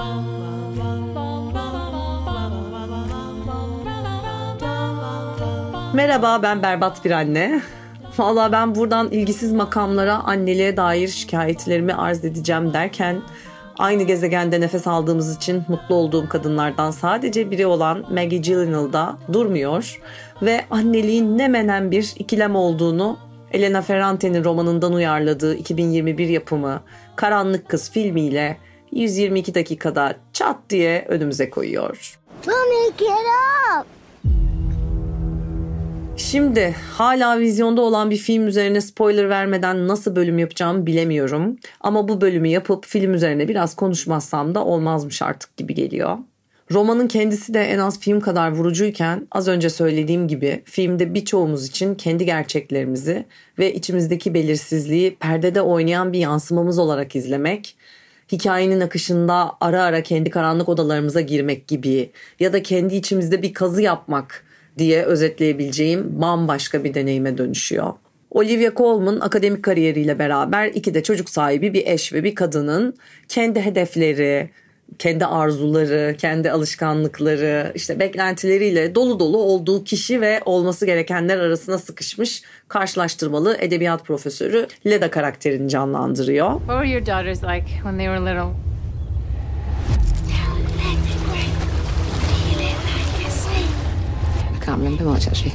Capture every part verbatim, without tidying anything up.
Merhaba, ben berbat bir anne. Vallahi ben buradan ilgisiz makamlara anneliğe dair şikayetlerimi arz edeceğim derken aynı gezegende nefes aldığımız için mutlu olduğum kadınlardan sadece biri olan Maggie Gyllenhaal da durmuyor ve anneliğin ne menen bir ikilem olduğunu Elena Ferrante'nin romanından uyarladığı iki bin yirmi bir yapımı Karanlık Kız filmiyle yüz yirmi iki dakikada çat diye önümüze koyuyor. Mommy, get up! Şimdi hala vizyonda olan bir film üzerine spoiler vermeden nasıl bölüm yapacağımı bilemiyorum. Ama bu bölümü yapıp film üzerine biraz konuşmazsam da olmazmış artık gibi geliyor. Romanın kendisi de en az film kadar vurucuyken az önce söylediğim gibi filmde birçoğumuz için kendi gerçeklerimizi ve içimizdeki belirsizliği perdede oynayan bir yansımamız olarak izlemek, hikayenin akışında ara ara kendi karanlık odalarımıza girmek gibi ya da kendi içimizde bir kazı yapmak diye özetleyebileceğim bambaşka bir deneyime dönüşüyor. Olivia Colman akademik kariyeriyle beraber iki de çocuk sahibi bir eş ve bir kadının kendi hedefleri, kendi arzuları, kendi alışkanlıkları, işte beklentileriyle dolu dolu olduğu kişi ve olması gerekenler arasına sıkışmış karşılaştırmalı edebiyat profesörü Leda karakterini canlandırıyor. What were your daughters like when they were little? I can't remember much actually.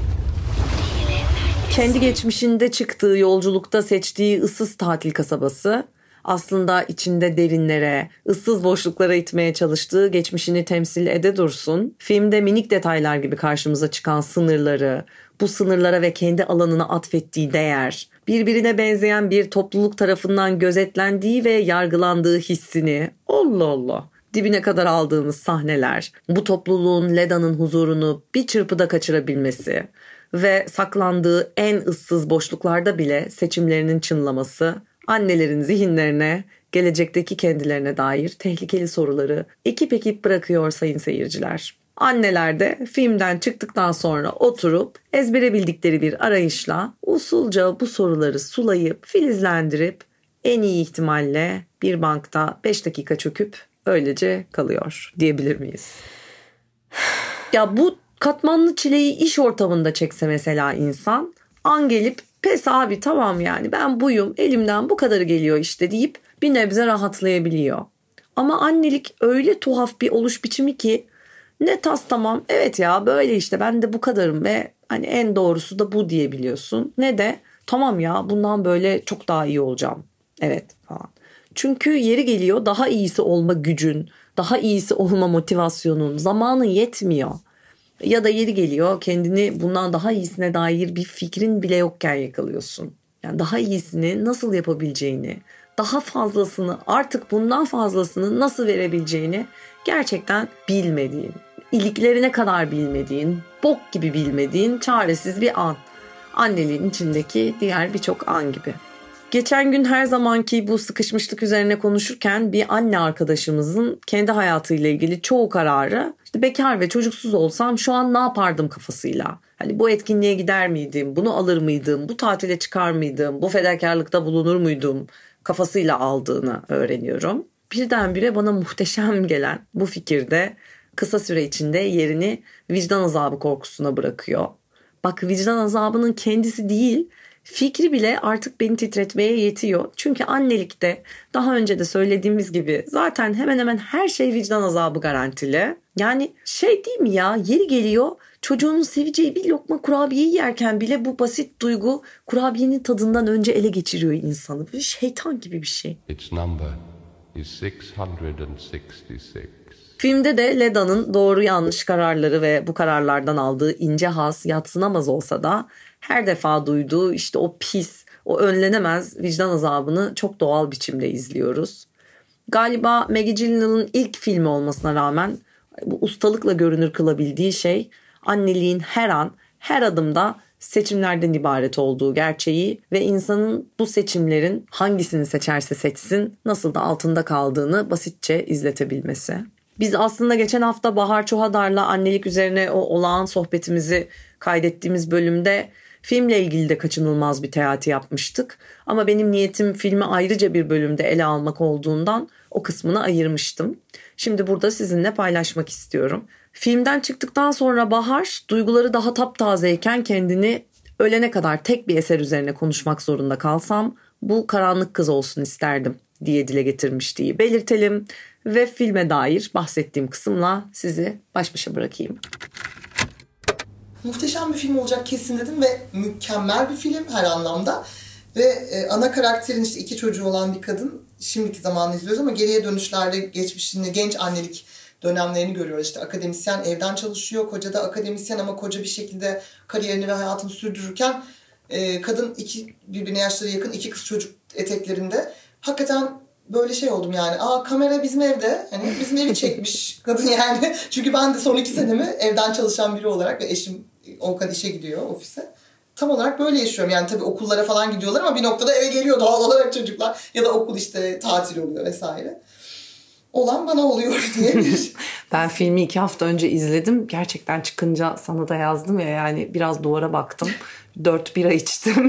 Kendi geçmişinde çıktığı yolculukta seçtiği ıssız tatil kasabası aslında içinde derinlere, ıssız boşluklara itmeye çalıştığı geçmişini temsil ede dursun. Filmde minik detaylar gibi karşımıza çıkan sınırları, bu sınırlara ve kendi alanına atfettiği değer, birbirine benzeyen bir topluluk tarafından gözetlendiği ve yargılandığı hissini, Allah Allah, dibine kadar aldığımız sahneler, bu topluluğun Leda'nın huzurunu bir çırpıda kaçırabilmesi ve saklandığı en ıssız boşluklarda bile seçimlerinin çınlaması, annelerin zihinlerine, gelecekteki kendilerine dair tehlikeli soruları ekip ekip bırakıyor sayın seyirciler. Anneler de filmden çıktıktan sonra oturup ezbere bildikleri bir arayışla usulca bu soruları sulayıp filizlendirip en iyi ihtimalle bir bankta beş dakika çöküp öylece kalıyor diyebilir miyiz? Ya bu katmanlı çileyi iş ortamında çekse mesela insan an gelip pes abi tamam yani ben buyum elimden bu kadarı geliyor işte deyip bir nebze rahatlayabiliyor. Ama annelik öyle tuhaf bir oluş biçimi ki ne tas tamam evet ya böyle işte ben de bu kadarım ve hani en doğrusu da bu diyebiliyorsun. Ne de tamam ya bundan böyle çok daha iyi olacağım evet falan. Çünkü yeri geliyor daha iyisi olma gücün, daha iyisi olma motivasyonun zamanı yetmiyor. Ya da yeri geliyor kendini bundan daha iyisine dair bir fikrin bile yokken yakalıyorsun. Yani daha iyisini nasıl yapabileceğini, daha fazlasını artık bundan fazlasını nasıl verebileceğini gerçekten bilmediğin, iliklerine kadar bilmediğin, bok gibi bilmediğin çaresiz bir an. Anneliğin içindeki diğer birçok an gibi. Geçen gün her zamanki bu sıkışmışlık üzerine konuşurken bir anne arkadaşımızın kendi hayatıyla ilgili çoğu kararı işte bekar ve çocuksuz olsam şu an ne yapardım kafasıyla. Hani bu etkinliğe gider miydim, bunu alır mıydım, bu tatile çıkar mıydım, bu fedakarlıkta bulunur muydum kafasıyla aldığını öğreniyorum. Birdenbire bana muhteşem gelen bu fikirde kısa süre içinde yerini vicdan azabı korkusuna bırakıyor. Bak vicdan azabının kendisi değil, fikri bile artık beni titretmeye yetiyor. Çünkü annelikte daha önce de söylediğimiz gibi zaten hemen hemen her şey vicdan azabı garantili. Yani şey değil mi ya yeri geliyor çocuğunun seveceği bir lokma kurabiyeyi yerken bile bu basit duygu kurabiyenin tadından önce ele geçiriyor insanı. Bir şeytan gibi bir şey. Its number is six hundred sixty-six. Filmde de Leda'nın doğru yanlış kararları ve bu kararlardan aldığı ince haz yadsınamaz olsa da her defa duyduğu işte o pis, o önlenemez vicdan azabını çok doğal biçimde izliyoruz. Galiba Maggie Gyllenhaal'ın ilk filmi olmasına rağmen bu ustalıkla görünür kılabildiği şey anneliğin her an, her adımda seçimlerden ibaret olduğu gerçeği ve insanın bu seçimlerin hangisini seçerse seçsin nasıl da altında kaldığını basitçe izletebilmesi. Biz aslında geçen hafta Bahar Çohadar'la annelik üzerine o olağan sohbetimizi kaydettiğimiz bölümde Filmle ilgili de kaçınılmaz bir teati yapmıştık. Ama benim niyetim filmi ayrıca bir bölümde ele almak olduğundan o kısmını ayırmıştım. Şimdi burada sizinle paylaşmak istiyorum. Filmden çıktıktan sonra Bahar duyguları daha taptazeyken kendini ölene kadar tek bir eser üzerine konuşmak zorunda kalsam bu Karanlık Kız olsun isterdim diye dile getirmişti. Belirtelim ve filme dair bahsettiğim kısımla sizi baş başa bırakayım. Muhteşem bir film olacak kesin dedim ve mükemmel bir film her anlamda. Ve e, ana karakterin işte iki çocuğu olan bir kadın, şimdiki zamanı izliyoruz ama geriye dönüşlerde geçmişini, genç annelik dönemlerini görüyoruz. İşte akademisyen evden çalışıyor, koca da akademisyen ama koca bir şekilde kariyerini ve hayatını sürdürürken e, kadın iki birbirine yaşları yakın iki kız çocuk eteklerinde. Hakikaten böyle şey oldum yani. Aa, kamera bizim evde. Hani bizim evi çekmiş kadın yani. Çünkü ben de son iki senemi evden çalışan biri olarak ve eşim avukat işe gidiyor ofise. Tam olarak böyle yaşıyorum. Yani tabii okullara falan gidiyorlar ama bir noktada eve geliyor doğal olarak çocuklar. Ya da okul işte tatil oluyor vesaire. Olan bana oluyor diye bir... Ben filmi iki hafta önce izledim. Gerçekten çıkınca sana da yazdım ya, yani biraz duvara baktım. Dört bira içtim.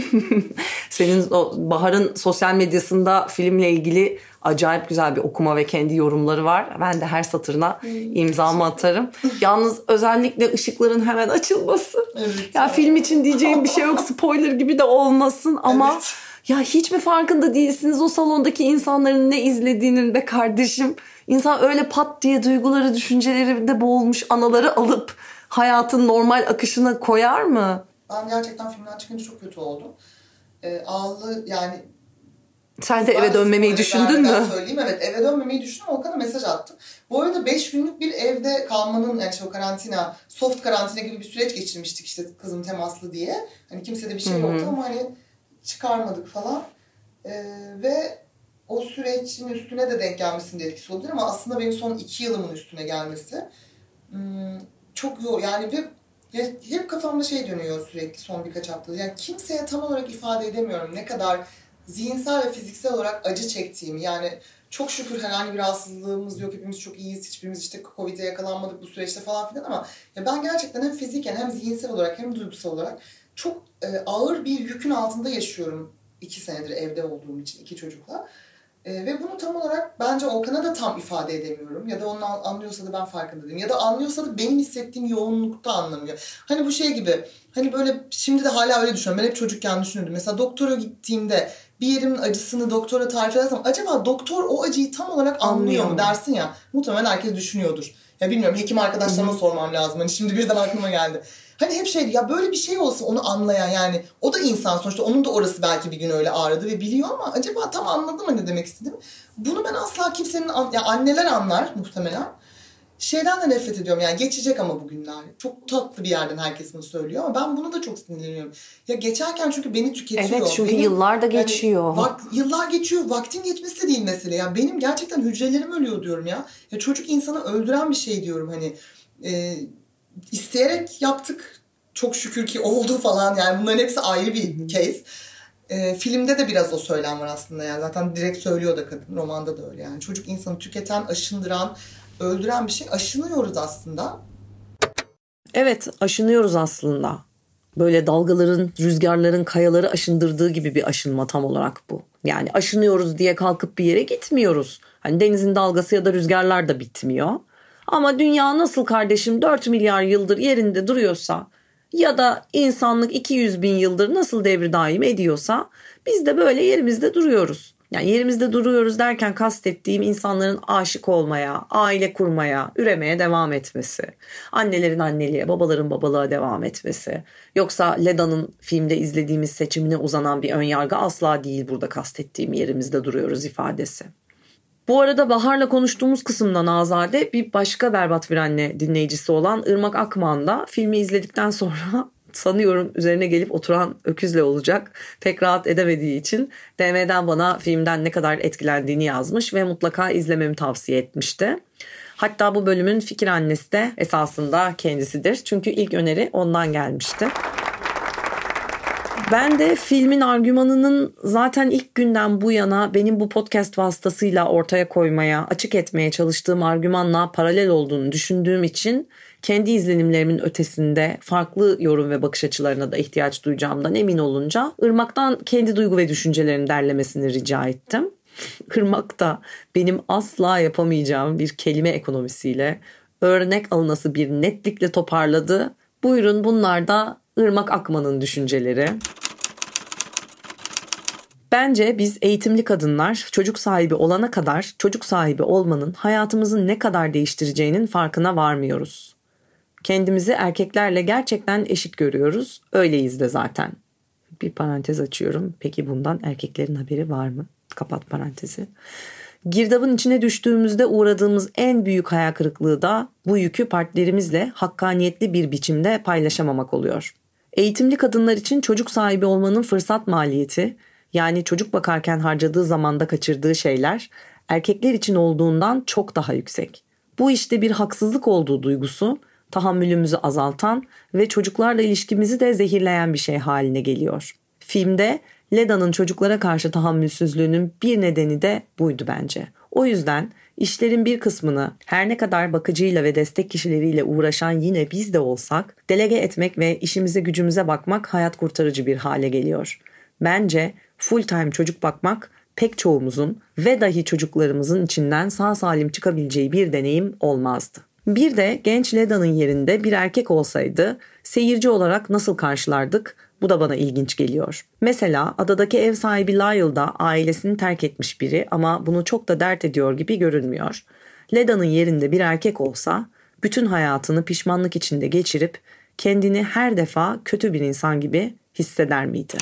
Senin o Bahar'ın sosyal medyasında filmle ilgili acayip güzel bir okuma ve kendi yorumları var. Ben de her satırına imzamı atarım. Yalnız özellikle ışıkların hemen açılması. Evet. Ya film için diyeceğim bir şey yok. Spoiler gibi de olmasın ama... Evet. Ya hiç mi farkında değilsiniz o salondaki insanların ne izlediğinin be kardeşim? İnsan öyle pat diye duyguları, düşünceleri boğulmuş anaları alıp hayatın normal akışına koyar mı? Ben gerçekten filmden çıkınca çok kötü oldum. E, ağlı yani... Sen de eve dönmemeyi düşündün mü? Söyleyeyim, evet, eve dönmemeyi düşündüm. Okan'a mesaj attım. Bu arada beş günlük bir evde kalmanın, yani işte o karantina, soft karantina gibi bir süreç geçirmiştik işte kızım temaslı diye. Hani kimsede bir şey yoktu ama hani çıkarmadık falan. Ee, ve o sürecin üstüne de denk gelmesinin de etkisi olabilir ama aslında benim son iki yılımın üstüne gelmesi hmm, çok yoğun. Yani hep, hep kafamda şey dönüyor sürekli son birkaç haftadır. Yani kimseye tam olarak ifade edemiyorum ne kadar zihinsel ve fiziksel olarak acı çektiğimi. Yani çok şükür herhangi bir rahatsızlığımız yok. Hepimiz çok iyiyiz. Hiçbirimiz işte Covid'e yakalanmadık bu süreçte falan filan ama ya ben gerçekten hem fiziken hem zihinsel olarak hem duygusal olarak çok e, ağır bir yükün altında yaşıyorum iki senedir evde olduğum için iki çocukla. E, ve bunu tam olarak bence Okan'a da tam ifade edemiyorum. Ya da onu anlıyorsa da ben farkında değilim. Ya da anlıyorsa da benim hissettiğim yoğunlukta anlamıyor. Hani bu şey gibi, hani böyle şimdi de hala öyle düşünüyorum. Ben hep çocukken düşünürdüm. Mesela doktora gittiğimde bir yerimin acısını doktora tarif edersem acaba doktor o acıyı tam olarak anlıyor mu dersin ya. Muhtemelen herkes düşünüyordur. Ya bilmiyorum, hekim arkadaşlarıma Hı-hı. sormam lazım. Hani şimdi birden aklıma geldi. Hani hep şeydi ya, böyle bir şey olsa onu anlayan, yani o da insan sonuçta, onun da orası belki bir gün öyle ağrıdı ve biliyor ama acaba tam anladı mı ne demek istediğimi? Bunu ben asla kimsenin, ya anneler anlar muhtemelen. Şeyden de nefret ediyorum yani, geçecek ama bu günler. Çok tatlı bir yerden herkes bunu söylüyor ama ben buna da çok sinirleniyorum. Ya geçerken çünkü beni tüketiyor. Evet, çünkü benim, yıllar da geçiyor. Yani, vak, yıllar geçiyor. Vaktin geçmesi de değil mesele. Ya benim gerçekten hücrelerim ölüyor diyorum ya. Ya çocuk insanı öldüren bir şey diyorum hani. E, isteyerek yaptık. Çok şükür ki oldu falan yani, bunların hepsi ayrı bir case. E, filmde de biraz o söylem var aslında yani. Zaten direkt söylüyor da kadın. Romanda da öyle yani. Çocuk insanı tüketen, aşındıran, öldüren bir şey. Aşınıyoruz aslında. Evet, aşınıyoruz aslında. Böyle dalgaların, rüzgarların kayaları aşındırdığı gibi bir aşınma tam olarak bu. Yani aşınıyoruz diye kalkıp bir yere gitmiyoruz. Hani denizin dalgası ya da rüzgarlar da bitmiyor. Ama dünya nasıl kardeşim dört milyar yıldır yerinde duruyorsa ya da insanlık iki yüz bin yıldır nasıl devri daim ediyorsa biz de böyle yerimizde duruyoruz. Yani yerimizde duruyoruz derken kastettiğim insanların aşık olmaya, aile kurmaya, üremeye devam etmesi. Annelerin anneliğe, babaların babalığa devam etmesi. Yoksa Leda'nın filmde izlediğimiz seçimine uzanan bir önyargı asla değil burada kastettiğim yerimizde duruyoruz ifadesi. Bu arada Bahar'la konuştuğumuz kısımdan azade bir başka Berbat Bir Anne dinleyicisi olan Irmak Akman da filmi izledikten sonra sanıyorum üzerine gelip oturan öküzle olacak. Pek rahat edemediği için D M'den bana filmden ne kadar etkilendiğini yazmış ve mutlaka izlememi tavsiye etmişti. Hatta bu bölümün fikir annesi de esasında kendisidir. Çünkü ilk öneri ondan gelmişti. Ben de filmin argümanının zaten ilk günden bu yana benim bu podcast vasıtasıyla ortaya koymaya, açık etmeye çalıştığım argümanla paralel olduğunu düşündüğüm için kendi izlenimlerimin ötesinde farklı yorum ve bakış açılarına da ihtiyaç duyacağımdan emin olunca Irmak'tan kendi duygu ve düşüncelerini derlemesini rica ettim. Irmak da benim asla yapamayacağım bir kelime ekonomisiyle örnek alınası bir netlikle toparladı. Buyurun, bunlar da Irmak Akman'ın düşünceleri. Bence biz eğitimli kadınlar çocuk sahibi olana kadar çocuk sahibi olmanın hayatımızı ne kadar değiştireceğinin farkına varmıyoruz. Kendimizi erkeklerle gerçekten eşit görüyoruz. Öyleyiz de zaten. Bir parantez açıyorum. Peki bundan erkeklerin haberi var mı? Kapat parantezi. Girdabın içine düştüğümüzde uğradığımız en büyük hayal kırıklığı da bu yükü partnerimizle hakkaniyetli bir biçimde paylaşamamak oluyor. Eğitimli kadınlar için çocuk sahibi olmanın fırsat maliyeti, yani çocuk bakarken harcadığı zamanda kaçırdığı şeyler erkekler için olduğundan çok daha yüksek. Bu işte bir haksızlık olduğu duygusu tahammülümüzü azaltan ve çocuklarla ilişkimizi de zehirleyen bir şey haline geliyor. Filmde Leda'nın çocuklara karşı tahammülsüzlüğünün bir nedeni de buydu bence. O yüzden işlerin bir kısmını her ne kadar bakıcıyla ve destek kişileriyle uğraşan yine biz de olsak delege etmek ve işimize gücümüze bakmak hayat kurtarıcı bir hale geliyor. Bence full time çocuk bakmak pek çoğumuzun ve dahi çocuklarımızın içinden sağ salim çıkabileceği bir deneyim olmazdı. Bir de genç Leda'nın yerinde bir erkek olsaydı seyirci olarak nasıl karşılardık? Bu da bana ilginç geliyor. Mesela adadaki ev sahibi Lyle da ailesini terk etmiş biri ama bunu çok da dert ediyor gibi görünmüyor. Leda'nın yerinde bir erkek olsa bütün hayatını pişmanlık içinde geçirip kendini her defa kötü bir insan gibi hisseder miydi?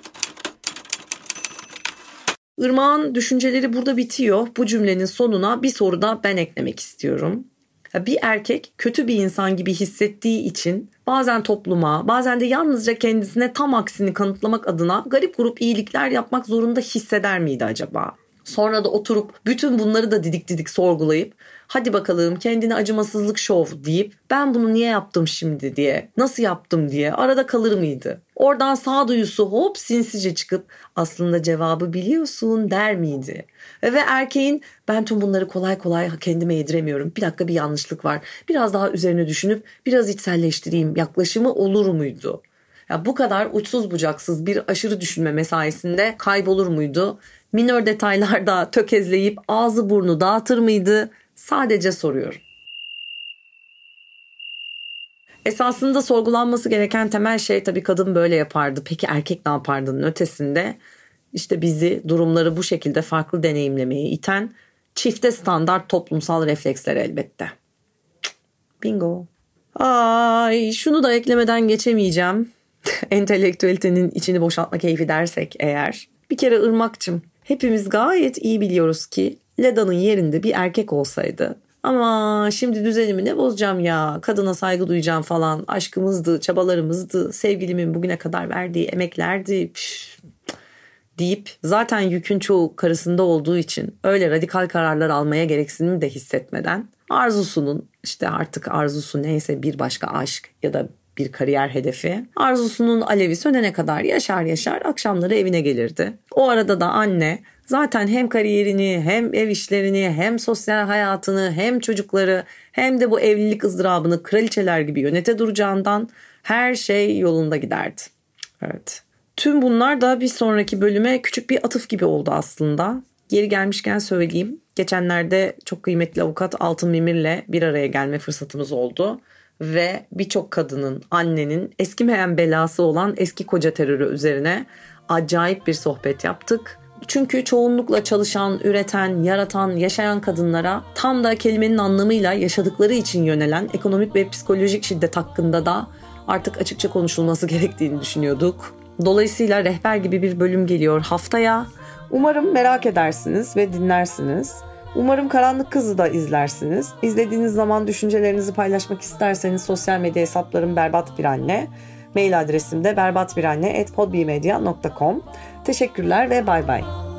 Irmak'ın düşünceleri burada bitiyor. Bu cümlenin sonuna bir soru da ben eklemek istiyorum. Bir erkek kötü bir insan gibi hissettiği için bazen topluma, bazen de yalnızca kendisine tam aksini kanıtlamak adına garip grup iyilikler yapmak zorunda hisseder miydi acaba? Sonra da oturup bütün bunları da didik didik sorgulayıp hadi bakalım kendine acımasızlık şov deyip ben bunu niye yaptım şimdi diye, nasıl yaptım diye arada kalır mıydı? Oradan sağduyusu hop sinsice çıkıp aslında cevabı biliyorsun der miydi? Ve erkeğin ben tüm bunları kolay kolay kendime yediremiyorum, bir dakika bir yanlışlık var, biraz daha üzerine düşünüp biraz içselleştireyim yaklaşımı olur muydu? Ya bu kadar uçsuz bucaksız bir aşırı düşünme mesaisinde kaybolur muydu? Minör detaylarda tökezleyip ağzı burnu dağıtır mıydı? Sadece soruyorum. Esasında sorgulanması gereken temel şey tabii kadın böyle yapardı. Peki erkek ne yapardının ötesinde işte bizi durumları bu şekilde farklı deneyimlemeye iten çifte standart toplumsal refleksler elbette. Bingo. Ay şunu da eklemeden geçemeyeceğim. Entelektüelitenin içini boşaltma keyfi dersek eğer. Bir kere Irmak'cığım, hepimiz gayet iyi biliyoruz ki Leda'nın yerinde bir erkek olsaydı ama şimdi düzenimi ne bozacağım ya, kadına saygı duyacağım falan, aşkımızdı, çabalarımızdı, sevgilimin bugüne kadar verdiği emeklerdi püf, deyip zaten yükün çoğu karısında olduğu için öyle radikal kararlar almaya gereksinimi de hissetmeden arzusunun işte artık arzusu neyse bir başka aşk ya da bir kariyer hedefi, arzusunun alevi sönene kadar yaşar yaşar akşamları evine gelirdi. O arada da anne zaten hem kariyerini hem ev işlerini hem sosyal hayatını hem çocukları hem de bu evlilik ızdırabını kraliçeler gibi yönete duracağından her şey yolunda giderdi. Evet. Tüm bunlar da bir sonraki bölüme küçük bir atıf gibi oldu aslında. Geri gelmişken söyleyeyim. Geçenlerde çok kıymetli avukat Altın Mimir'le bir araya gelme fırsatımız oldu. Ve birçok kadının, annenin eskimeyen belası olan eski koca terörü üzerine acayip bir sohbet yaptık. Çünkü çoğunlukla çalışan, üreten, yaratan, yaşayan kadınlara tam da kelimenin anlamıyla yaşadıkları için yönelen ekonomik ve psikolojik şiddet hakkında da artık açıkça konuşulması gerektiğini düşünüyorduk. Dolayısıyla rehber gibi bir bölüm geliyor haftaya. Umarım merak edersiniz ve dinlersiniz. Umarım Karanlık Kız'ı da izlersiniz. İzlediğiniz zaman düşüncelerinizi paylaşmak isterseniz sosyal medya hesaplarım Berbat Bir Anne. Mail adresim de berbatbiranne at podbmedia nokta com. Teşekkürler ve bay bay.